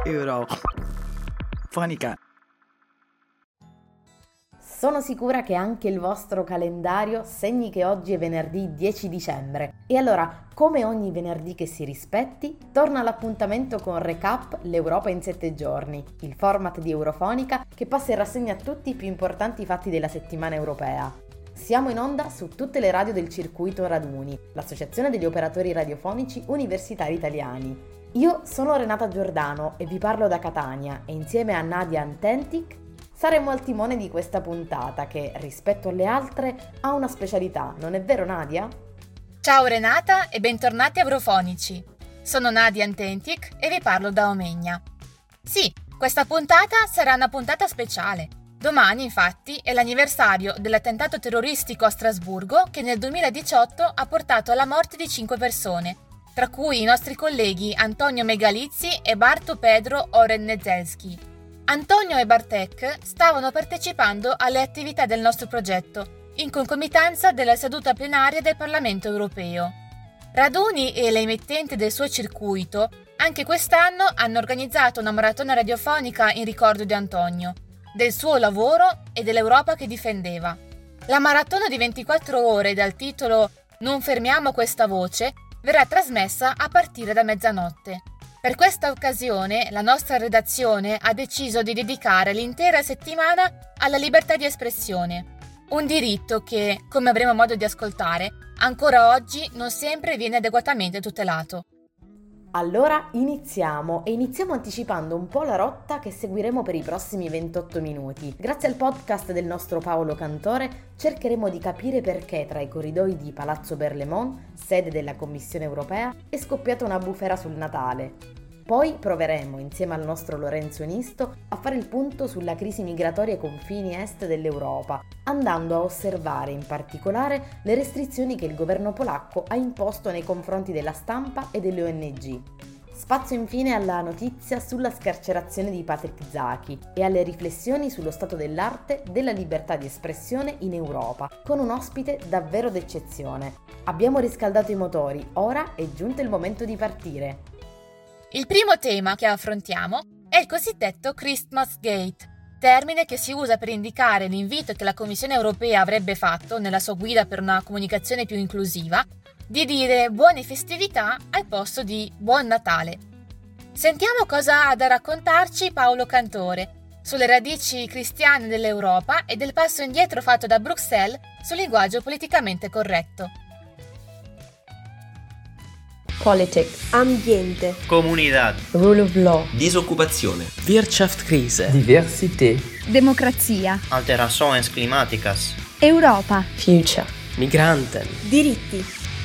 Eurofonica. Sono sicura che anche il vostro calendario segni che oggi è venerdì 10 dicembre. E allora, come ogni venerdì che si rispetti, torna l'appuntamento con Recap l'Europa in 7 giorni, il format di Eurofonica che passa in rassegna tutti i più importanti fatti della settimana europea. Siamo in onda su tutte le radio del circuito Raduni, l'associazione degli operatori radiofonici universitari italiani. Io sono Renata Giordano e vi parlo da Catania e insieme a Nadia Antentic saremo al timone di questa puntata che, rispetto alle altre, ha una specialità, non è vero Nadia? Ciao Renata e bentornati a Eurofonici. Sono Nadia Antentic e vi parlo da Omegna. Sì, questa puntata sarà una puntata speciale. Domani, infatti, è l'anniversario dell'attentato terroristico a Strasburgo che nel 2018 ha portato alla morte di 5 persone, tra cui i nostri colleghi Antonio Megalizzi e Barto Pedro Oren-Nezelski. Antonio e Bartek stavano partecipando alle attività del nostro progetto, in concomitanza della seduta plenaria del Parlamento europeo. Raduni e le emittenti del suo circuito anche quest'anno hanno organizzato una maratona radiofonica in ricordo di Antonio, del suo lavoro e dell'Europa che difendeva. La maratona di 24 ore dal titolo Non fermiamo questa voce verrà trasmessa a partire da mezzanotte. Per questa occasione la nostra redazione ha deciso di dedicare l'intera settimana alla libertà di espressione, un diritto che, come avremo modo di ascoltare, ancora oggi non sempre viene adeguatamente tutelato. Allora iniziamo anticipando un po' la rotta che seguiremo per i prossimi 28 minuti. Grazie al podcast del nostro Paolo Cantore cercheremo di capire perché tra i corridoi di Palazzo Berlemont, sede della Commissione europea, è scoppiata una bufera sul Natale. Poi proveremo, insieme al nostro Lorenzo Enisto, a fare il punto sulla crisi migratoria ai confini est dell'Europa, andando a osservare in particolare le restrizioni che il governo polacco ha imposto nei confronti della stampa e delle ONG. Spazio infine alla notizia sulla scarcerazione di Patrick Zaki e alle riflessioni sullo stato dell'arte della libertà di espressione in Europa, con un ospite davvero d'eccezione. Abbiamo riscaldato i motori, ora è giunto il momento di partire. Il primo tema che affrontiamo è il cosiddetto Christmas Gate, termine che si usa per indicare l'invito che la Commissione europea avrebbe fatto nella sua guida per una comunicazione più inclusiva di dire buone festività al posto di buon Natale. Sentiamo cosa ha da raccontarci Paolo Cantore sulle radici cristiane dell'Europa e del passo indietro fatto da Bruxelles sul linguaggio politicamente corretto. Politics, ambiente, comunità, rule of law, disoccupazione, Wirtschaftskrise, diversità, democrazia, alterações climáticas, Europa, future, migranten, diritti.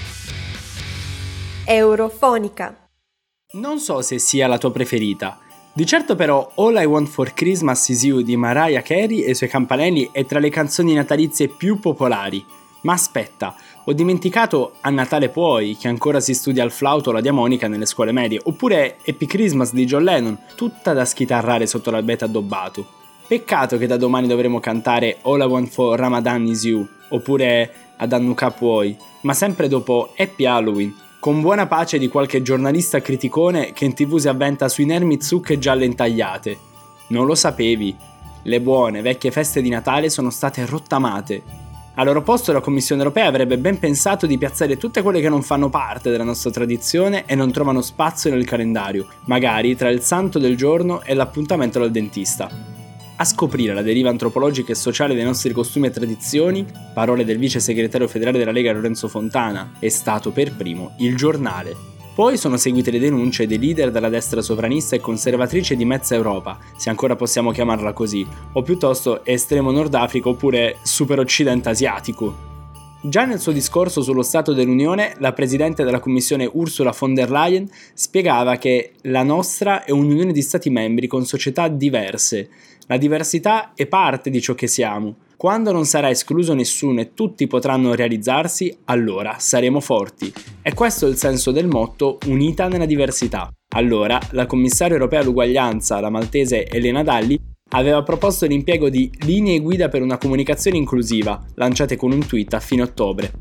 Eurofonica. Non so se sia la tua preferita. Di certo però All I Want for Christmas Is You di Mariah Carey e i suoi campanelli è tra le canzoni natalizie più popolari. Ma aspetta, ho dimenticato A Natale Puoi, che ancora si studia al flauto o la diamonica nelle scuole medie, oppure Happy Christmas di John Lennon, tutta da schitarrare sotto l'albero addobbato. Peccato che da domani dovremo cantare All I Want for Ramadan Is You, oppure Ad Hanukkah Puoi, ma sempre dopo Happy Halloween, con buona pace di qualche giornalista criticone che in TV si avventa sui nermi zucche gialle intagliate. Non lo sapevi? Le buone, vecchie feste di Natale sono state rottamate. Al loro posto la Commissione europea avrebbe ben pensato di piazzare tutte quelle che non fanno parte della nostra tradizione e non trovano spazio nel calendario, magari tra il santo del giorno e l'appuntamento dal dentista. A scoprire la deriva antropologica e sociale dei nostri costumi e tradizioni, parole del vice segretario federale della Lega Lorenzo Fontana, è stato per primo Il Giornale. Poi sono seguite le denunce dei leader della destra sovranista e conservatrice di mezza Europa, se ancora possiamo chiamarla così, o piuttosto estremo Nord Africa oppure super occidente asiatico. Già nel suo discorso sullo Stato dell'Unione, la presidente della Commissione Ursula von der Leyen spiegava che la nostra è un'unione di Stati membri con società diverse. La diversità è parte di ciò che siamo. Quando non sarà escluso nessuno e tutti potranno realizzarsi, allora saremo forti. E questo è il senso del motto Unita nella diversità. Allora, la commissaria europea all'uguaglianza, la maltese Elena Dalli, aveva proposto l'impiego di linee guida per una comunicazione inclusiva, lanciate con un tweet a fine ottobre.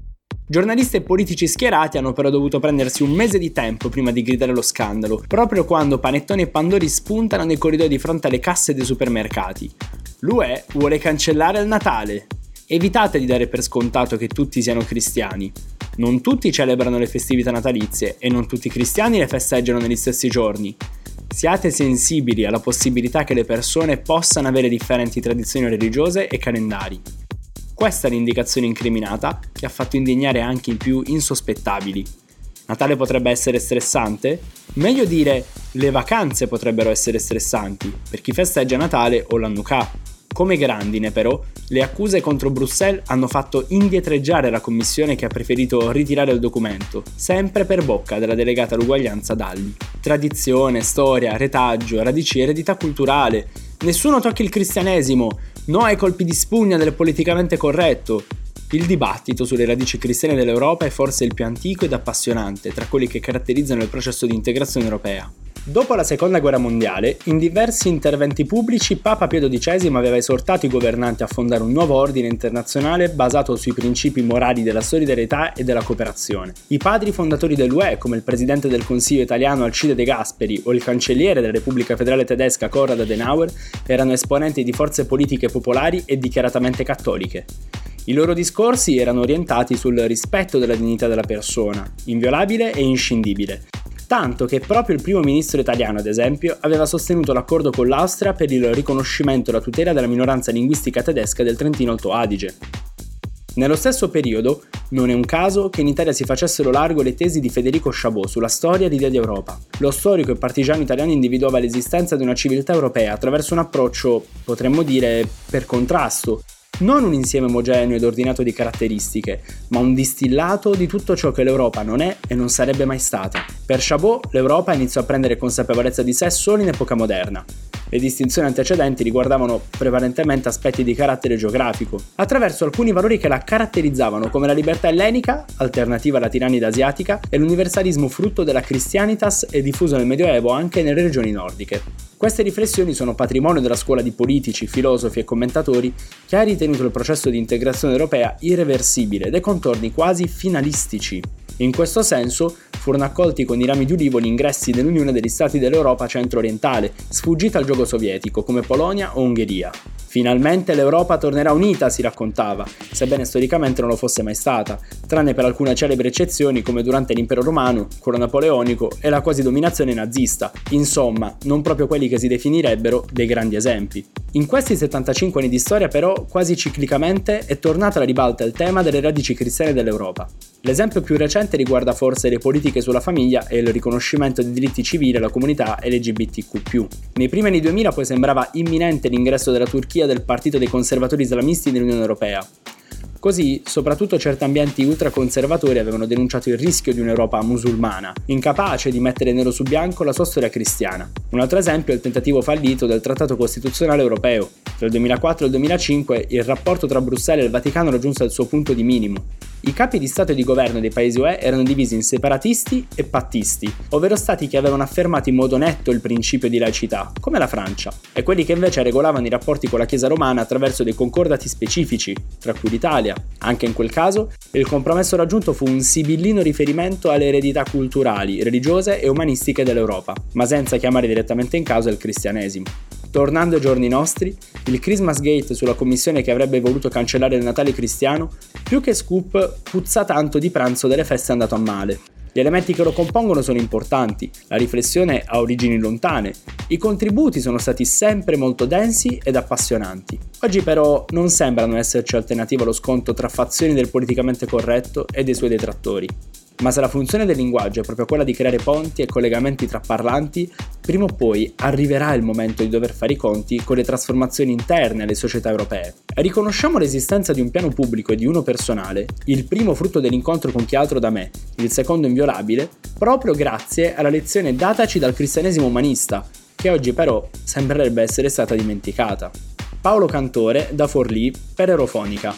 Giornalisti e politici schierati hanno però dovuto prendersi un mese di tempo prima di gridare lo scandalo, proprio quando panettoni e pandori spuntano nei corridoi di fronte alle casse dei supermercati. L'UE vuole cancellare il Natale. Evitate di dare per scontato che tutti siano cristiani. Non tutti celebrano le festività natalizie e non tutti i cristiani le festeggiano negli stessi giorni. Siate sensibili alla possibilità che le persone possano avere differenti tradizioni religiose e calendari. Questa è l'indicazione incriminata che ha fatto indignare anche i più insospettabili. Natale potrebbe essere stressante? Meglio dire, le vacanze potrebbero essere stressanti per chi festeggia Natale o l'Hanukkah. Come grandine però, le accuse contro Bruxelles hanno fatto indietreggiare la commissione che ha preferito ritirare il documento, sempre per bocca della delegata all'uguaglianza Dalli. Tradizione, storia, retaggio, radici, eredità culturale. Nessuno tocchi il cristianesimo, no ai colpi di spugna del politicamente corretto. Il dibattito sulle radici cristiane dell'Europa è forse il più antico ed appassionante tra quelli che caratterizzano il processo di integrazione europea. Dopo la Seconda Guerra Mondiale, in diversi interventi pubblici, Papa Pio XII aveva esortato i governanti a fondare un nuovo ordine internazionale basato sui principi morali della solidarietà e della cooperazione. I padri fondatori dell'UE, come il presidente del Consiglio italiano Alcide De Gasperi o il cancelliere della Repubblica Federale Tedesca Konrad Adenauer, erano esponenti di forze politiche popolari e dichiaratamente cattoliche. I loro discorsi erano orientati sul rispetto della dignità della persona, inviolabile e inscindibile. Tanto che proprio il primo ministro italiano, ad esempio, aveva sostenuto l'accordo con l'Austria per il riconoscimento e la tutela della minoranza linguistica tedesca del Trentino-Alto Adige. Nello stesso periodo, non è un caso che in Italia si facessero largo le tesi di Federico Chabot sulla storia e l'idea di Europa. Lo storico e partigiano italiano individuava l'esistenza di una civiltà europea attraverso un approccio, potremmo dire, per contrasto. Non un insieme omogeneo ed ordinato di caratteristiche, ma un distillato di tutto ciò che l'Europa non è e non sarebbe mai stata. Per Chabot, l'Europa iniziò a prendere consapevolezza di sé solo in epoca moderna. Le distinzioni antecedenti riguardavano prevalentemente aspetti di carattere geografico, attraverso alcuni valori che la caratterizzavano, come la libertà ellenica, alternativa alla tirannide asiatica, e l'universalismo frutto della Christianitas e diffuso nel Medioevo anche nelle regioni nordiche. Queste riflessioni sono patrimonio della scuola di politici, filosofi e commentatori che ha ritenuto il processo di integrazione europea irreversibile, dai contorni quasi finalistici. In questo senso furono accolti con i rami di ulivo gli ingressi nell'Unione degli Stati dell'Europa centro-orientale, sfuggita al giogo sovietico come Polonia o Ungheria. Finalmente l'Europa tornerà unita, si raccontava, sebbene storicamente non lo fosse mai stata, tranne per alcune celebri eccezioni come durante l'Impero Romano, quello napoleonico e la quasi dominazione nazista, insomma, non proprio quelli che si definirebbero dei grandi esempi. In questi 75 anni di storia però, quasi ciclicamente, è tornata alla ribalta il tema delle radici cristiane dell'Europa. L'esempio più recente riguarda forse le politiche sulla famiglia e il riconoscimento dei diritti civili alla comunità LGBTQ+. Nei primi anni 2000 poi sembrava imminente l'ingresso della Turchia del Partito dei Conservatori Islamisti nell'Unione Europea. Così, soprattutto certi ambienti ultraconservatori avevano denunciato il rischio di un'Europa musulmana, incapace di mettere nero su bianco la sua storia cristiana. Un altro esempio è il tentativo fallito del Trattato Costituzionale Europeo. Tra il 2004 e il 2005 il rapporto tra Bruxelles e il Vaticano raggiunse il suo punto di minimo. I capi di Stato e di governo dei paesi UE erano divisi in separatisti e pattisti, ovvero stati che avevano affermato in modo netto il principio di laicità, come la Francia, e quelli che invece regolavano i rapporti con la Chiesa romana attraverso dei concordati specifici, tra cui l'Italia. Anche in quel caso, il compromesso raggiunto fu un sibillino riferimento alle eredità culturali, religiose e umanistiche dell'Europa, ma senza chiamare direttamente in causa il cristianesimo. Tornando ai giorni nostri, il Christmas Gate sulla commissione che avrebbe voluto cancellare il Natale cristiano, più che scoop, puzza tanto di pranzo delle feste andato a male. Gli elementi che lo compongono sono importanti, la riflessione ha origini lontane, i contributi sono stati sempre molto densi ed appassionanti. Oggi però non sembrano esserci alternative allo scontro tra fazioni del politicamente corretto e dei suoi detrattori. Ma se la funzione del linguaggio è proprio quella di creare ponti e collegamenti tra parlanti, prima o poi arriverà il momento di dover fare i conti con le trasformazioni interne alle società europee. Riconosciamo l'esistenza di un piano pubblico e di uno personale, il primo frutto dell'incontro con chi altro da me, il secondo inviolabile, proprio grazie alla lezione dataci dal cristianesimo umanista, che oggi però sembrerebbe essere stata dimenticata. Paolo Cantore, da Forlì, per Eurofonica.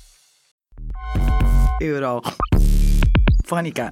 Fonica.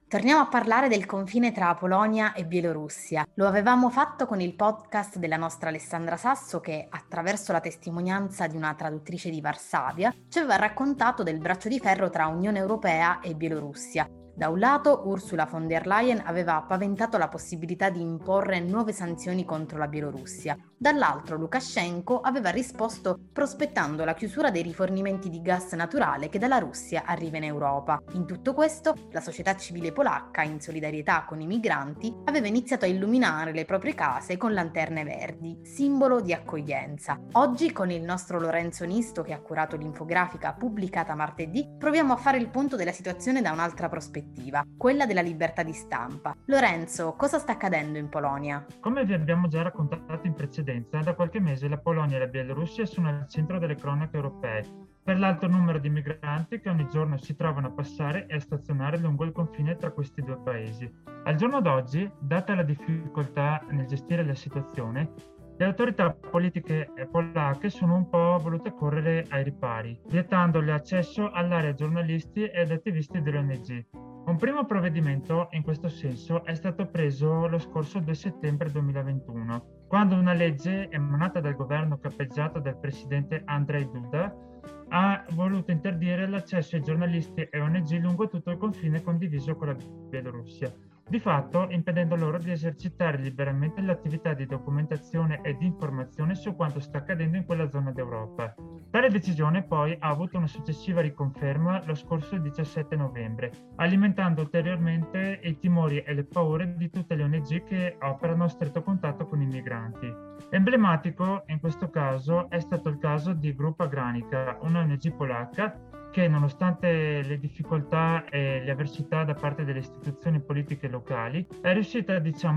Torniamo a parlare del confine tra Polonia e Bielorussia. Lo avevamo fatto con il podcast della nostra Alessandra Sasso che, attraverso la testimonianza di una traduttrice di Varsavia, ci aveva raccontato del braccio di ferro tra Unione Europea e Bielorussia. Da un lato, Ursula von der Leyen aveva paventato la possibilità di imporre nuove sanzioni contro la Bielorussia. Dall'altro, Lukashenko aveva risposto prospettando la chiusura dei rifornimenti di gas naturale che dalla Russia arriva in Europa. In tutto questo, la società civile polacca, in solidarietà con i migranti, aveva iniziato a illuminare le proprie case con lanterne verdi, simbolo di accoglienza. Oggi, con il nostro Lorenzo Nisto, che ha curato l'infografica pubblicata martedì, proviamo a fare il punto della situazione da un'altra prospettiva, quella della libertà di stampa. Lorenzo, cosa sta accadendo in Polonia? Come vi abbiamo già raccontato in precedenza, da qualche mese la Polonia e la Bielorussia sono al centro delle cronache europee per l'alto numero di migranti che ogni giorno si trovano a passare e a stazionare lungo il confine tra questi due paesi. Al giorno d'oggi, data la difficoltà nel gestire la situazione, le autorità politiche polacche sono un po' volute correre ai ripari, vietando l'accesso all'area giornalisti ed attivisti dell'ONG. Un primo provvedimento in questo senso è stato preso lo scorso 2 settembre 2021, quando una legge emanata dal governo capeggiato dal presidente Andrzej Duda ha voluto interdire l'accesso ai giornalisti e ONG lungo tutto il confine condiviso con la Bielorussia, di fatto impedendo loro di esercitare liberamente l'attività di documentazione e di informazione su quanto sta accadendo in quella zona d'Europa. Tale decisione poi ha avuto una successiva riconferma lo scorso 17 novembre, alimentando ulteriormente i timori e le paure di tutte le ONG che operano a stretto contatto con i migranti. Emblematico in questo caso è stato il caso di Grupa Granica, una ONG polacca che, nonostante le difficoltà e le avversità da parte delle istituzioni politiche locali, è riuscita,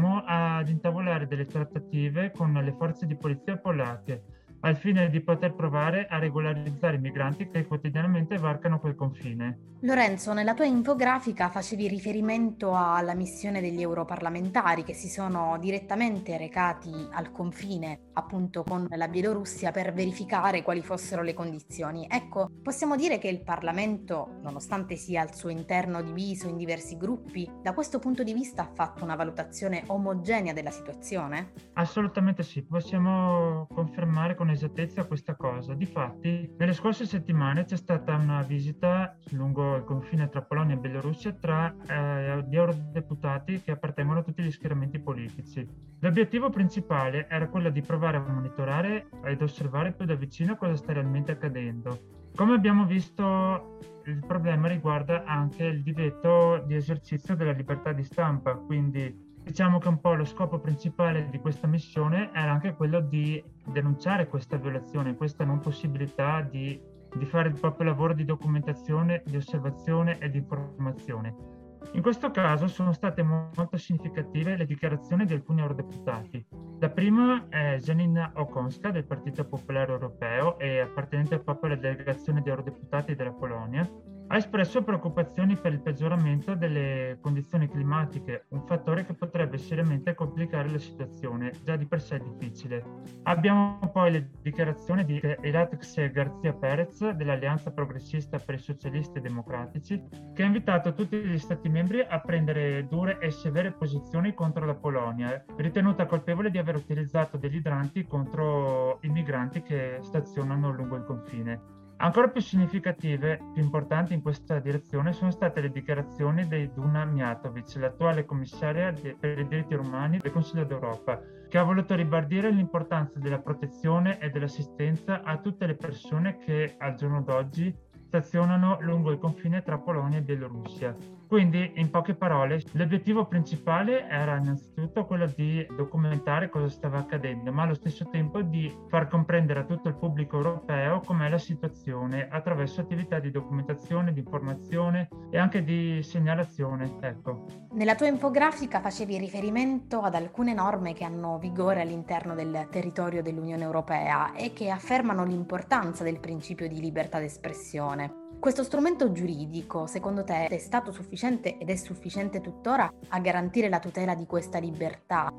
ad intavolare delle trattative con le forze di polizia polacche, al fine di poter provare a regolarizzare i migranti che quotidianamente varcano quel confine. Lorenzo, nella tua infografica facevi riferimento alla missione degli europarlamentari che si sono direttamente recati al confine, appunto con la Bielorussia, per verificare quali fossero le condizioni. Ecco, possiamo dire che il Parlamento, nonostante sia al suo interno diviso in diversi gruppi, da questo punto di vista ha fatto una valutazione omogenea della situazione? Assolutamente sì, possiamo confermare con esattezza questa cosa. Difatti, nelle scorse settimane c'è stata una visita lungo il confine tra Polonia e Bielorussia tra gli eurodeputati che appartengono a tutti gli schieramenti politici. L'obiettivo principale era quello di provare a monitorare ed osservare più da vicino cosa sta realmente accadendo. Come abbiamo visto, il problema riguarda anche il divieto di esercizio della libertà di stampa, quindi diciamo che un po' lo scopo principale di questa missione era anche quello di denunciare questa violazione, questa non possibilità di fare il proprio lavoro di documentazione, di osservazione e di informazione. In questo caso sono state molto significative le dichiarazioni di alcuni eurodeputati. La prima è Janina Okonska del Partito Popolare Europeo e appartenente proprio alla delegazione di eurodeputati della Polonia. Ha espresso preoccupazioni per il peggioramento delle condizioni climatiche, un fattore che potrebbe seriamente complicare la situazione, già di per sé difficile. Abbiamo poi le dichiarazioni di Iratxe García Pérez dell'Alleanza Progressista per i Socialisti e Democratici, che ha invitato tutti gli Stati membri a prendere dure e severe posizioni contro la Polonia, ritenuta colpevole di aver utilizzato degli idranti contro i migranti che stazionano lungo il confine. Ancora più significative, più importanti in questa direzione, sono state le dichiarazioni di Duna Mijatović, l'attuale commissaria per i diritti umani del Consiglio d'Europa, che ha voluto ribadire l'importanza della protezione e dell'assistenza a tutte le persone che al giorno d'oggi stazionano lungo il confine tra Polonia e Bielorussia. Quindi, in poche parole, l'obiettivo principale era innanzitutto quello di documentare cosa stava accadendo, ma allo stesso tempo di far comprendere a tutto il pubblico europeo com'è la situazione attraverso attività di documentazione, di informazione e anche di segnalazione. Ecco. Nella tua infografica facevi riferimento ad alcune norme che hanno vigore all'interno del territorio dell'Unione Europea e che affermano l'importanza del principio di libertà d'espressione. Questo strumento giuridico, secondo te, è stato sufficiente ed è sufficiente tuttora a garantire la tutela di questa libertà?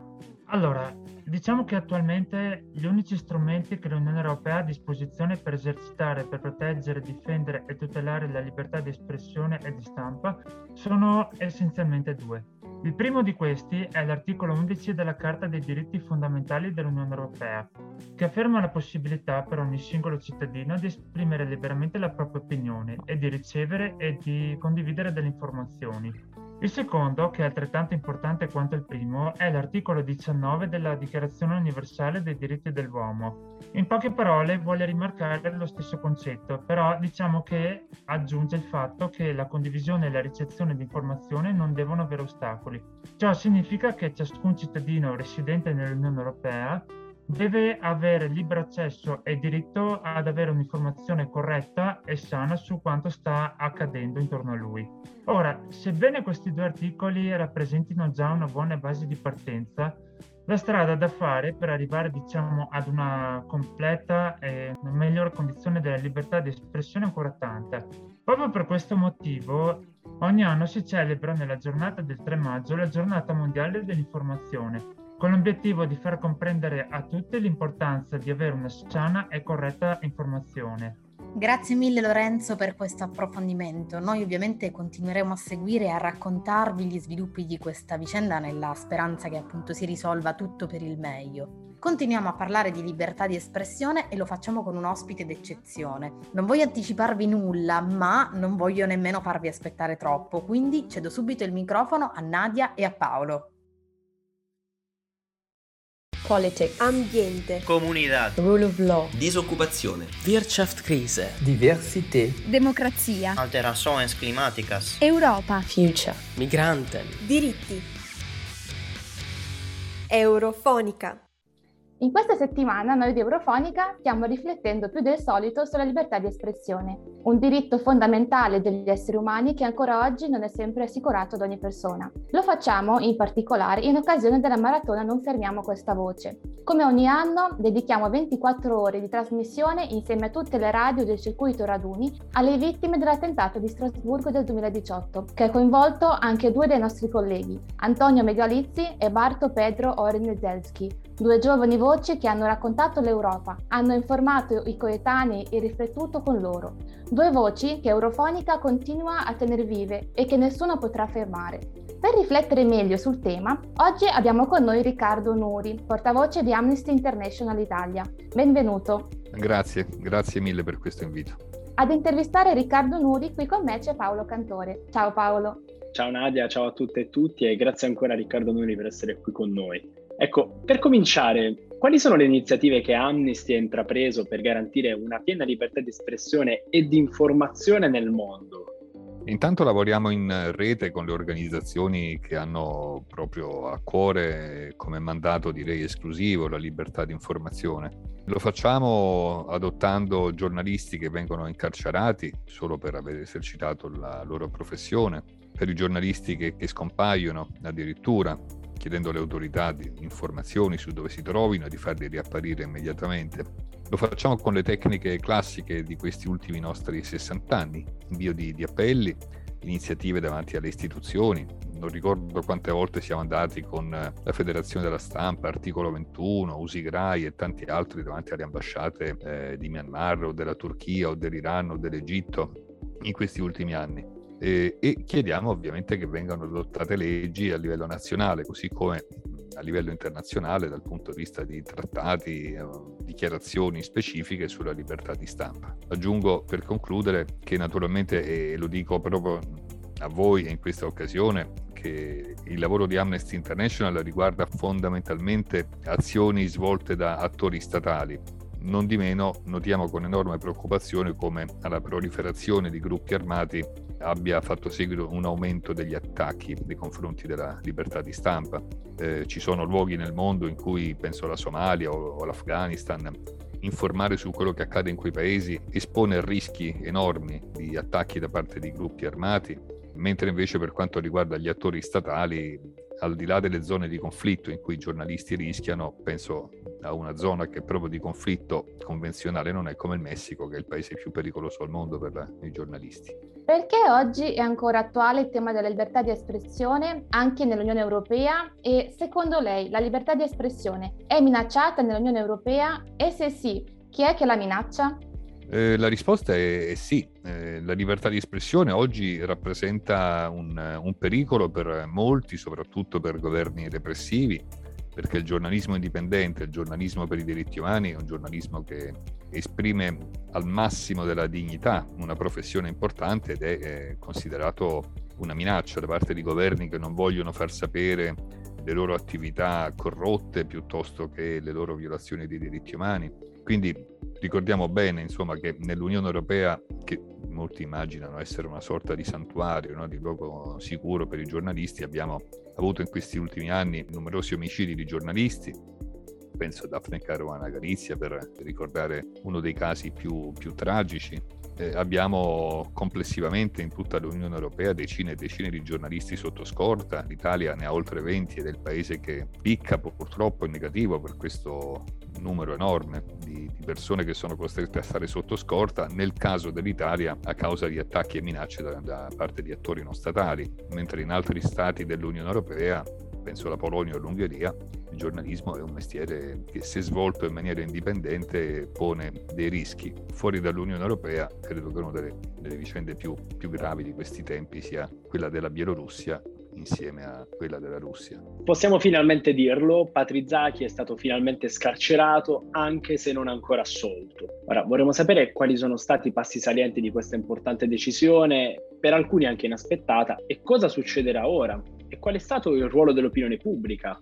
Allora, diciamo che attualmente gli unici strumenti che l'Unione Europea ha a disposizione per esercitare, per proteggere, difendere e tutelare la libertà di espressione e di stampa sono essenzialmente due. Il primo di questi è l'articolo 11 della Carta dei diritti fondamentali dell'Unione Europea, che afferma la possibilità per ogni singolo cittadino di esprimere liberamente la propria opinione e di ricevere e di condividere delle informazioni. Il secondo, che è altrettanto importante quanto il primo, è l'articolo 19 della Dichiarazione universale dei diritti dell'uomo. In poche parole vuole rimarcare lo stesso concetto, però diciamo che aggiunge il fatto che la condivisione e la ricezione di informazioni non devono avere ostacoli. Ciò significa che ciascun cittadino residente nell'Unione Europea deve avere libero accesso e diritto ad avere un'informazione corretta e sana su quanto sta accadendo intorno a lui. Ora, sebbene questi due articoli rappresentino già una buona base di partenza, la strada da fare per arrivare, ad una completa e una migliore condizione della libertà di espressione è ancora tanta. Proprio per questo motivo, ogni anno si celebra nella giornata del 3 maggio la Giornata Mondiale dell'Informazione, con l'obiettivo di far comprendere a tutti l'importanza di avere una sana e corretta informazione. Grazie mille Lorenzo per questo approfondimento. Noi ovviamente continueremo a seguire e a raccontarvi gli sviluppi di questa vicenda nella speranza che appunto si risolva tutto per il meglio. Continuiamo a parlare di libertà di espressione e lo facciamo con un ospite d'eccezione. Non voglio anticiparvi nulla, ma non voglio nemmeno farvi aspettare troppo, quindi cedo subito il microfono a Nadia e a Paolo. Politics, ambiente, Comunità, Rule of law. disoccupazione, Wirtschaftskrise. Diversität. Democrazia. alterações climáticas, Europa. Future. Migranten. diritti. Eurofonica. In questa settimana noi di Eurofonica stiamo riflettendo più del solito sulla libertà di espressione, un diritto fondamentale degli esseri umani che ancora oggi non è sempre assicurato ad ogni persona. Lo facciamo in particolare in occasione della maratona Non fermiamo questa voce. Come ogni anno dedichiamo 24 ore di trasmissione insieme a tutte le radio del circuito raduni alle vittime dell'attentato di Strasburgo del 2018, che ha coinvolto anche due dei nostri colleghi, Antonio Megalizzi e Barto Pedro Orenezelski, due giovani voci che hanno raccontato l'Europa, hanno informato i coetanei e riflettuto con loro. Due voci che Eurofonica continua a tenere vive e che nessuno potrà fermare. Per riflettere meglio sul tema, oggi abbiamo con noi Riccardo Nuri, portavoce di Amnesty International Italia. Benvenuto. Grazie mille per questo invito. Ad intervistare Riccardo Nuri qui con me c'è Paolo Cantore. Ciao Paolo. Ciao Nadia, ciao a tutte e tutti e grazie ancora a Riccardo Nuri per essere qui con noi. Ecco, per cominciare, quali sono le iniziative che Amnesty ha intrapreso per garantire una piena libertà di espressione e di informazione nel mondo? Intanto lavoriamo in rete con le organizzazioni che hanno proprio a cuore come mandato direi esclusivo la libertà di informazione. Lo facciamo adottando giornalisti che vengono incarcerati solo per aver esercitato la loro professione, per i giornalisti che scompaiono addirittura, chiedendo alle autorità di informazioni su dove si trovino e di farli riapparire immediatamente. Lo facciamo con le tecniche classiche di questi ultimi nostri 60 anni, invio di appelli, iniziative davanti alle istituzioni. Non ricordo quante volte siamo andati con la Federazione della Stampa, Articolo 21, Usigrai e tanti altri davanti alle ambasciate di Myanmar o della Turchia o dell'Iran o dell'Egitto in questi ultimi anni. E chiediamo ovviamente che vengano adottate leggi a livello nazionale, così come a livello internazionale dal punto di vista di trattati, dichiarazioni specifiche sulla libertà di stampa. Aggiungo per concludere che naturalmente, e lo dico proprio a voi in questa occasione, che il lavoro di Amnesty International riguarda fondamentalmente azioni svolte da attori statali. Non di meno notiamo con enorme preoccupazione come alla proliferazione di gruppi armati abbia fatto seguito un aumento degli attacchi nei confronti della libertà di stampa. Ci sono luoghi nel mondo in cui, penso alla Somalia o l'Afghanistan, informare su quello che accade in quei paesi espone a rischi enormi di attacchi da parte di gruppi armati, mentre invece per quanto riguarda gli attori statali, al di là delle zone di conflitto in cui i giornalisti rischiano, penso a una zona che proprio di conflitto convenzionale non è, come il Messico, che è il paese più pericoloso al mondo per i giornalisti. Perché oggi è ancora attuale il tema della libertà di espressione anche nell'Unione Europea e secondo lei la libertà di espressione è minacciata nell'Unione Europea e se sì, chi è che la minaccia? La risposta è sì. La libertà di espressione oggi rappresenta un pericolo per molti, soprattutto per governi repressivi, perché il giornalismo indipendente, il giornalismo per i diritti umani è un giornalismo che esprime al massimo della dignità una professione importante ed è considerato una minaccia da parte di governi che non vogliono far sapere le loro attività corrotte piuttosto che le loro violazioni dei diritti umani. Quindi ricordiamo bene, insomma, che nell'Unione Europea, che molti immaginano essere una sorta di santuario, no? Di luogo sicuro per i giornalisti, abbiamo avuto in questi ultimi anni numerosi omicidi di giornalisti. Penso a Daphne Caruana Galizia, per ricordare uno dei casi più tragici. Abbiamo complessivamente in tutta l'Unione Europea decine e decine di giornalisti sotto scorta. L'Italia ne ha oltre 20 ed è il paese che picca purtroppo in negativo per questo numero enorme di persone che sono costrette a stare sotto scorta, nel caso dell'Italia a causa di attacchi e minacce da parte di attori non statali, mentre in altri stati dell'Unione Europea, penso alla Polonia o all'Ungheria, il giornalismo è un mestiere che, se svolto in maniera indipendente, pone dei rischi. Fuori dall'Unione Europea credo che una delle vicende più gravi di questi tempi sia quella della Bielorussia insieme a quella della Russia. Possiamo finalmente dirlo, Patrick Zaki è stato finalmente scarcerato, anche se non ancora assolto. Ora, vorremmo sapere quali sono stati i passi salienti di questa importante decisione, per alcuni anche inaspettata, e cosa succederà ora, e qual è stato il ruolo dell'opinione pubblica.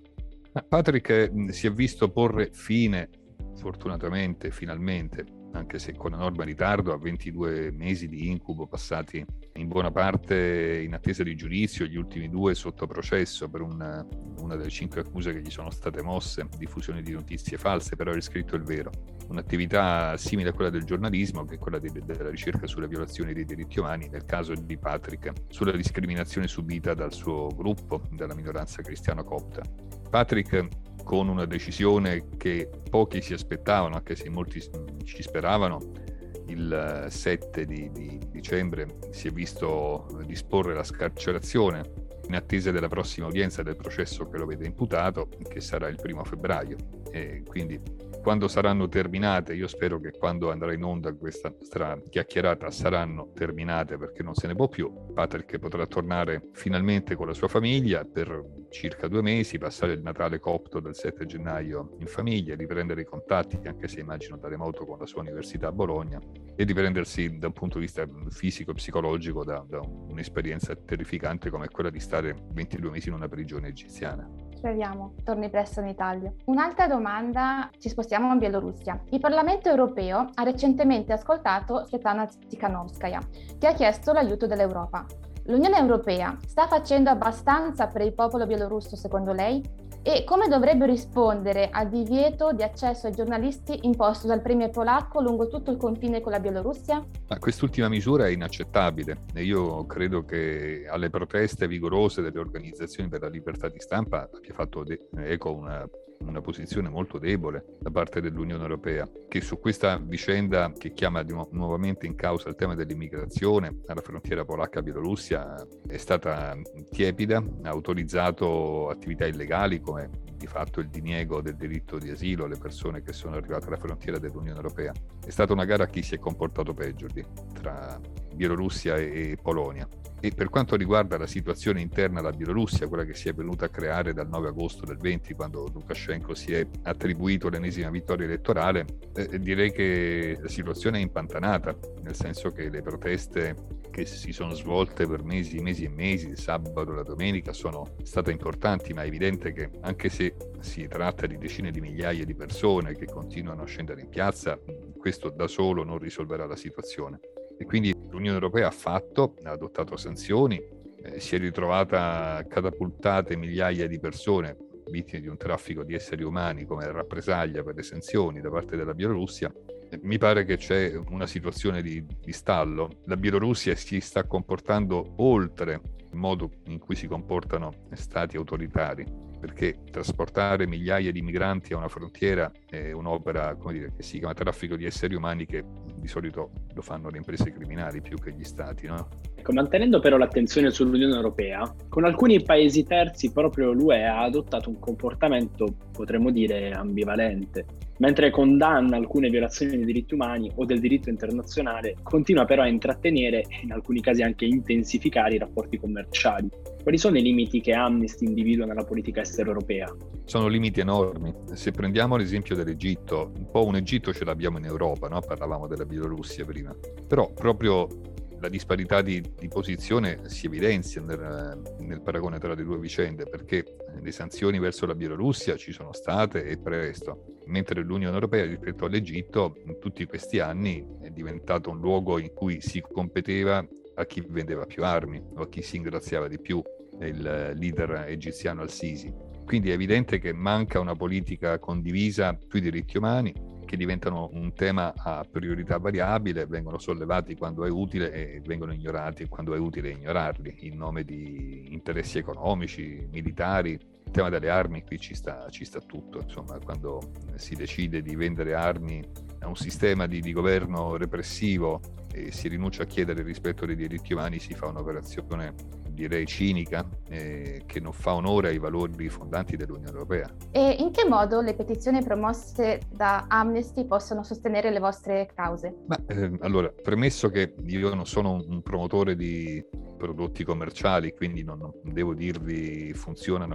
Patrick si è visto porre fine, fortunatamente, finalmente, anche se con enorme ritardo, a 22 mesi di incubo passati in buona parte in attesa di giudizio, gli ultimi 2 sotto processo per una delle 5 accuse che gli sono state mosse, diffusione di notizie false per aver scritto il vero. Un'attività simile a quella del giornalismo, che è quella della ricerca sulle violazioni dei diritti umani, nel caso di Patrick, sulla discriminazione subita dal suo gruppo, dalla minoranza cristiano copta. Patrick, con una decisione che pochi si aspettavano, anche se molti ci speravano, il 7 di dicembre si è visto disporre la scarcerazione in attesa della prossima udienza del processo che lo vede imputato, che sarà il 1 febbraio. E quindi quando saranno terminate, io spero che quando andrà in onda questa nostra chiacchierata saranno terminate, perché non se ne può più, Patrick potrà tornare finalmente con la sua famiglia per circa 2 mesi, passare il Natale copto del 7 gennaio in famiglia, riprendere i contatti, anche se immagino da remoto, con la sua università a Bologna, e riprendersi da un punto di vista fisico e psicologico da un'esperienza terrificante come quella di stare 22 mesi in una prigione egiziana. Speriamo torni presto in Italia. Un'altra domanda, ci spostiamo in Bielorussia. Il Parlamento europeo ha recentemente ascoltato Svetlana Tikhanovskaya, che ha chiesto l'aiuto dell'Europa. L'Unione Europea sta facendo abbastanza per il popolo bielorusso, secondo lei? E come dovrebbe rispondere al divieto di accesso ai giornalisti imposto dal premier polacco lungo tutto il confine con la Bielorussia? Quest'ultima misura è inaccettabile e io credo che alle proteste vigorose delle organizzazioni per la libertà di stampa abbia fatto eco una posizione molto debole da parte dell'Unione Europea, che su questa vicenda, che chiama nuovamente in causa il tema dell'immigrazione alla frontiera polacca-Bielorussia, è stata tiepida, ha autorizzato attività illegali come di fatto il diniego del diritto di asilo alle persone che sono arrivate alla frontiera dell'Unione Europea. È stata una gara a chi si è comportato peggio tra Bielorussia e Polonia. E per quanto riguarda la situazione interna alla Bielorussia, quella che si è venuta a creare dal 9 agosto del 20, quando Lukashenko si è attribuito l'ennesima vittoria elettorale, direi che la situazione è impantanata, nel senso che le proteste che si sono svolte per mesi e mesi, il sabato e la domenica, sono state importanti, ma è evidente che anche se si tratta di decine di migliaia di persone che continuano a scendere in piazza, questo da solo non risolverà la situazione. E quindi l'Unione Europea ha adottato sanzioni, si è ritrovata catapultate migliaia di persone vittime di un traffico di esseri umani come rappresaglia per le sanzioni da parte della Bielorussia. Mi pare che c'è una situazione di stallo. La Bielorussia si sta comportando oltre il modo in cui si comportano stati autoritari. perché trasportare migliaia di migranti a una frontiera è un'opera, come dire, che si chiama traffico di esseri umani, che di solito lo fanno le imprese criminali più che gli stati, no? Ecco, mantenendo però l'attenzione sull'Unione Europea, con alcuni paesi terzi proprio l'UE ha adottato un comportamento, potremmo dire, ambivalente. Mentre condanna alcune violazioni dei diritti umani o del diritto internazionale, continua però a intrattenere e in alcuni casi anche intensificare i rapporti commerciali. Quali sono i limiti che Amnesty individua nella politica estera europea? Sono limiti enormi. Se prendiamo l'esempio dell'Egitto, un po' un Egitto ce l'abbiamo in Europa, no? Parlavamo della Bielorussia prima, però proprio la disparità di posizione si evidenzia nel paragone tra le due vicende, perché le sanzioni verso la Bielorussia ci sono state e presto, mentre l'Unione Europea rispetto all'Egitto in tutti questi anni è diventato un luogo in cui si competeva a chi vendeva più armi o a chi si ingraziava di più il leader egiziano al-Sisi. Quindi è evidente che manca una politica condivisa sui diritti umani, che diventano un tema a priorità variabile, vengono sollevati quando è utile e vengono ignorati quando è utile ignorarli, in nome di interessi economici, militari. Il tema delle armi qui ci sta tutto, insomma, quando si decide di vendere armi a un sistema di governo repressivo e si rinuncia a chiedere il rispetto dei diritti umani, si fa un'operazione, direi, cinica, che non fa onore ai valori fondanti dell'Unione Europea. E in che modo le petizioni promosse da Amnesty possono sostenere le vostre cause? Allora, premesso che io non sono un promotore di prodotti commerciali, quindi non devo dirvi funzionano al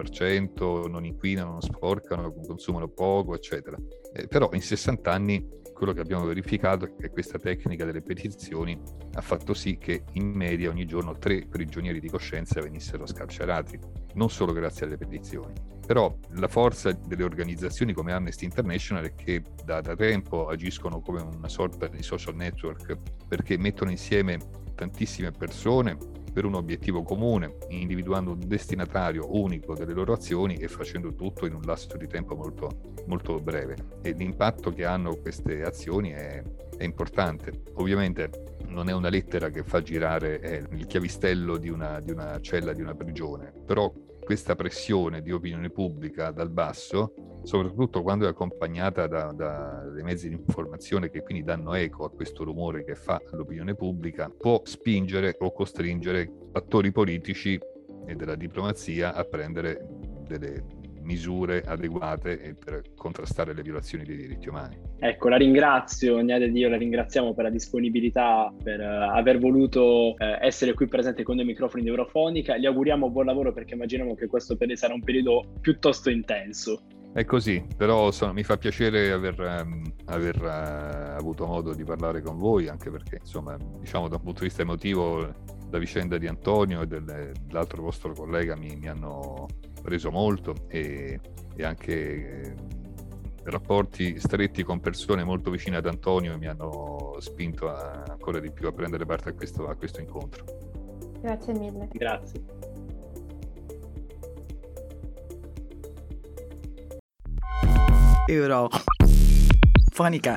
100%, non inquinano, non sporcano, consumano poco, eccetera. Però in 60 anni quello che abbiamo verificato è che questa tecnica delle petizioni ha fatto sì che in media ogni giorno 3 prigionieri di coscienza venissero scarcerati, non solo grazie alle petizioni. Però la forza delle organizzazioni come Amnesty International è che da tempo agiscono come una sorta di social network, perché mettono insieme tantissime persone per un obiettivo comune, individuando un destinatario unico delle loro azioni e facendo tutto in un lasso di tempo molto, molto breve. E l'impatto che hanno queste azioni è importante. Ovviamente non è una lettera che fa girare il chiavistello di una cella di una prigione, però questa pressione di opinione pubblica dal basso, soprattutto quando è accompagnata da dei mezzi di informazione che quindi danno eco a questo rumore che fa l'opinione pubblica, può spingere o costringere attori politici e della diplomazia a prendere delle misure adeguate per contrastare le violazioni dei diritti umani. Ecco, la ringrazio, Gnade Dio, la ringraziamo per la disponibilità, per aver voluto essere qui presente con noi ai microfoni di Eurofonica. Gli auguriamo buon lavoro, perché immaginiamo che questo sarà un periodo piuttosto intenso. È così, però mi fa piacere aver avuto modo di parlare con voi, anche perché, insomma, diciamo da un punto di vista emotivo, la vicenda di Antonio e dell'altro vostro collega mi hanno preso molto, e anche rapporti stretti con persone molto vicine ad Antonio mi hanno spinto ancora di più a prendere parte a questo incontro. Grazie mille. Grazie. Eurofonica.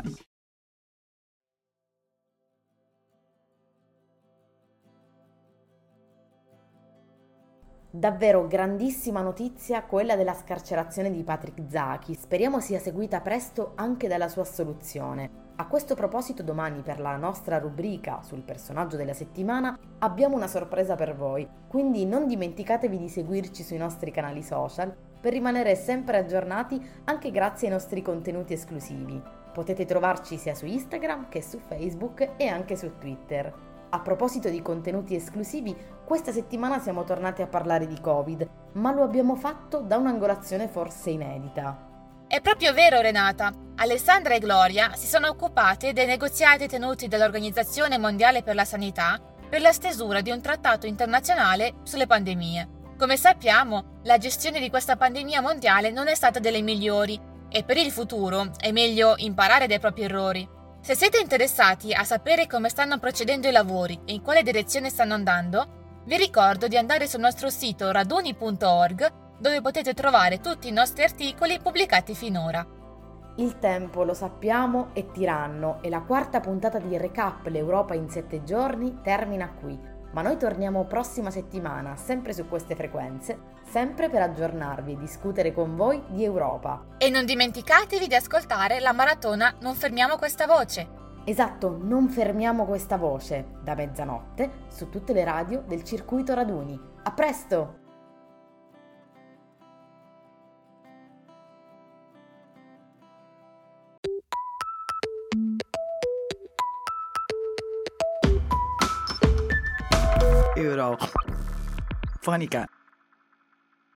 Davvero grandissima notizia quella della scarcerazione di Patrick Zaki. Speriamo sia seguita presto anche dalla sua assoluzione. A questo proposito, domani, per la nostra rubrica sul personaggio della settimana, abbiamo una sorpresa per voi, quindi non dimenticatevi di seguirci sui nostri canali social per rimanere sempre aggiornati anche grazie ai nostri contenuti esclusivi. Potete trovarci sia su Instagram che su Facebook e anche su Twitter. A proposito di contenuti esclusivi, questa settimana siamo tornati a parlare di Covid, ma lo abbiamo fatto da un'angolazione forse inedita. È proprio vero, Renata. Alessandra e Gloria si sono occupate dei negoziati tenuti dall'Organizzazione Mondiale per la Sanità per la stesura di un trattato internazionale sulle pandemie. Come sappiamo, la gestione di questa pandemia mondiale non è stata delle migliori e per il futuro è meglio imparare dai propri errori. Se siete interessati a sapere come stanno procedendo i lavori e in quale direzione stanno andando, vi ricordo di andare sul nostro sito raduni.org, dove potete trovare tutti i nostri articoli pubblicati finora. Il tempo, lo sappiamo, è tiranno e la quarta puntata di Recap l'Europa in 7 giorni termina qui. Ma noi torniamo prossima settimana, sempre su queste frequenze, sempre per aggiornarvi e discutere con voi di Europa. E non dimenticatevi di ascoltare la maratona Non fermiamo questa voce. Esatto, non fermiamo questa voce, da mezzanotte, su tutte le radio del circuito Raduni. A presto! Eurofonica.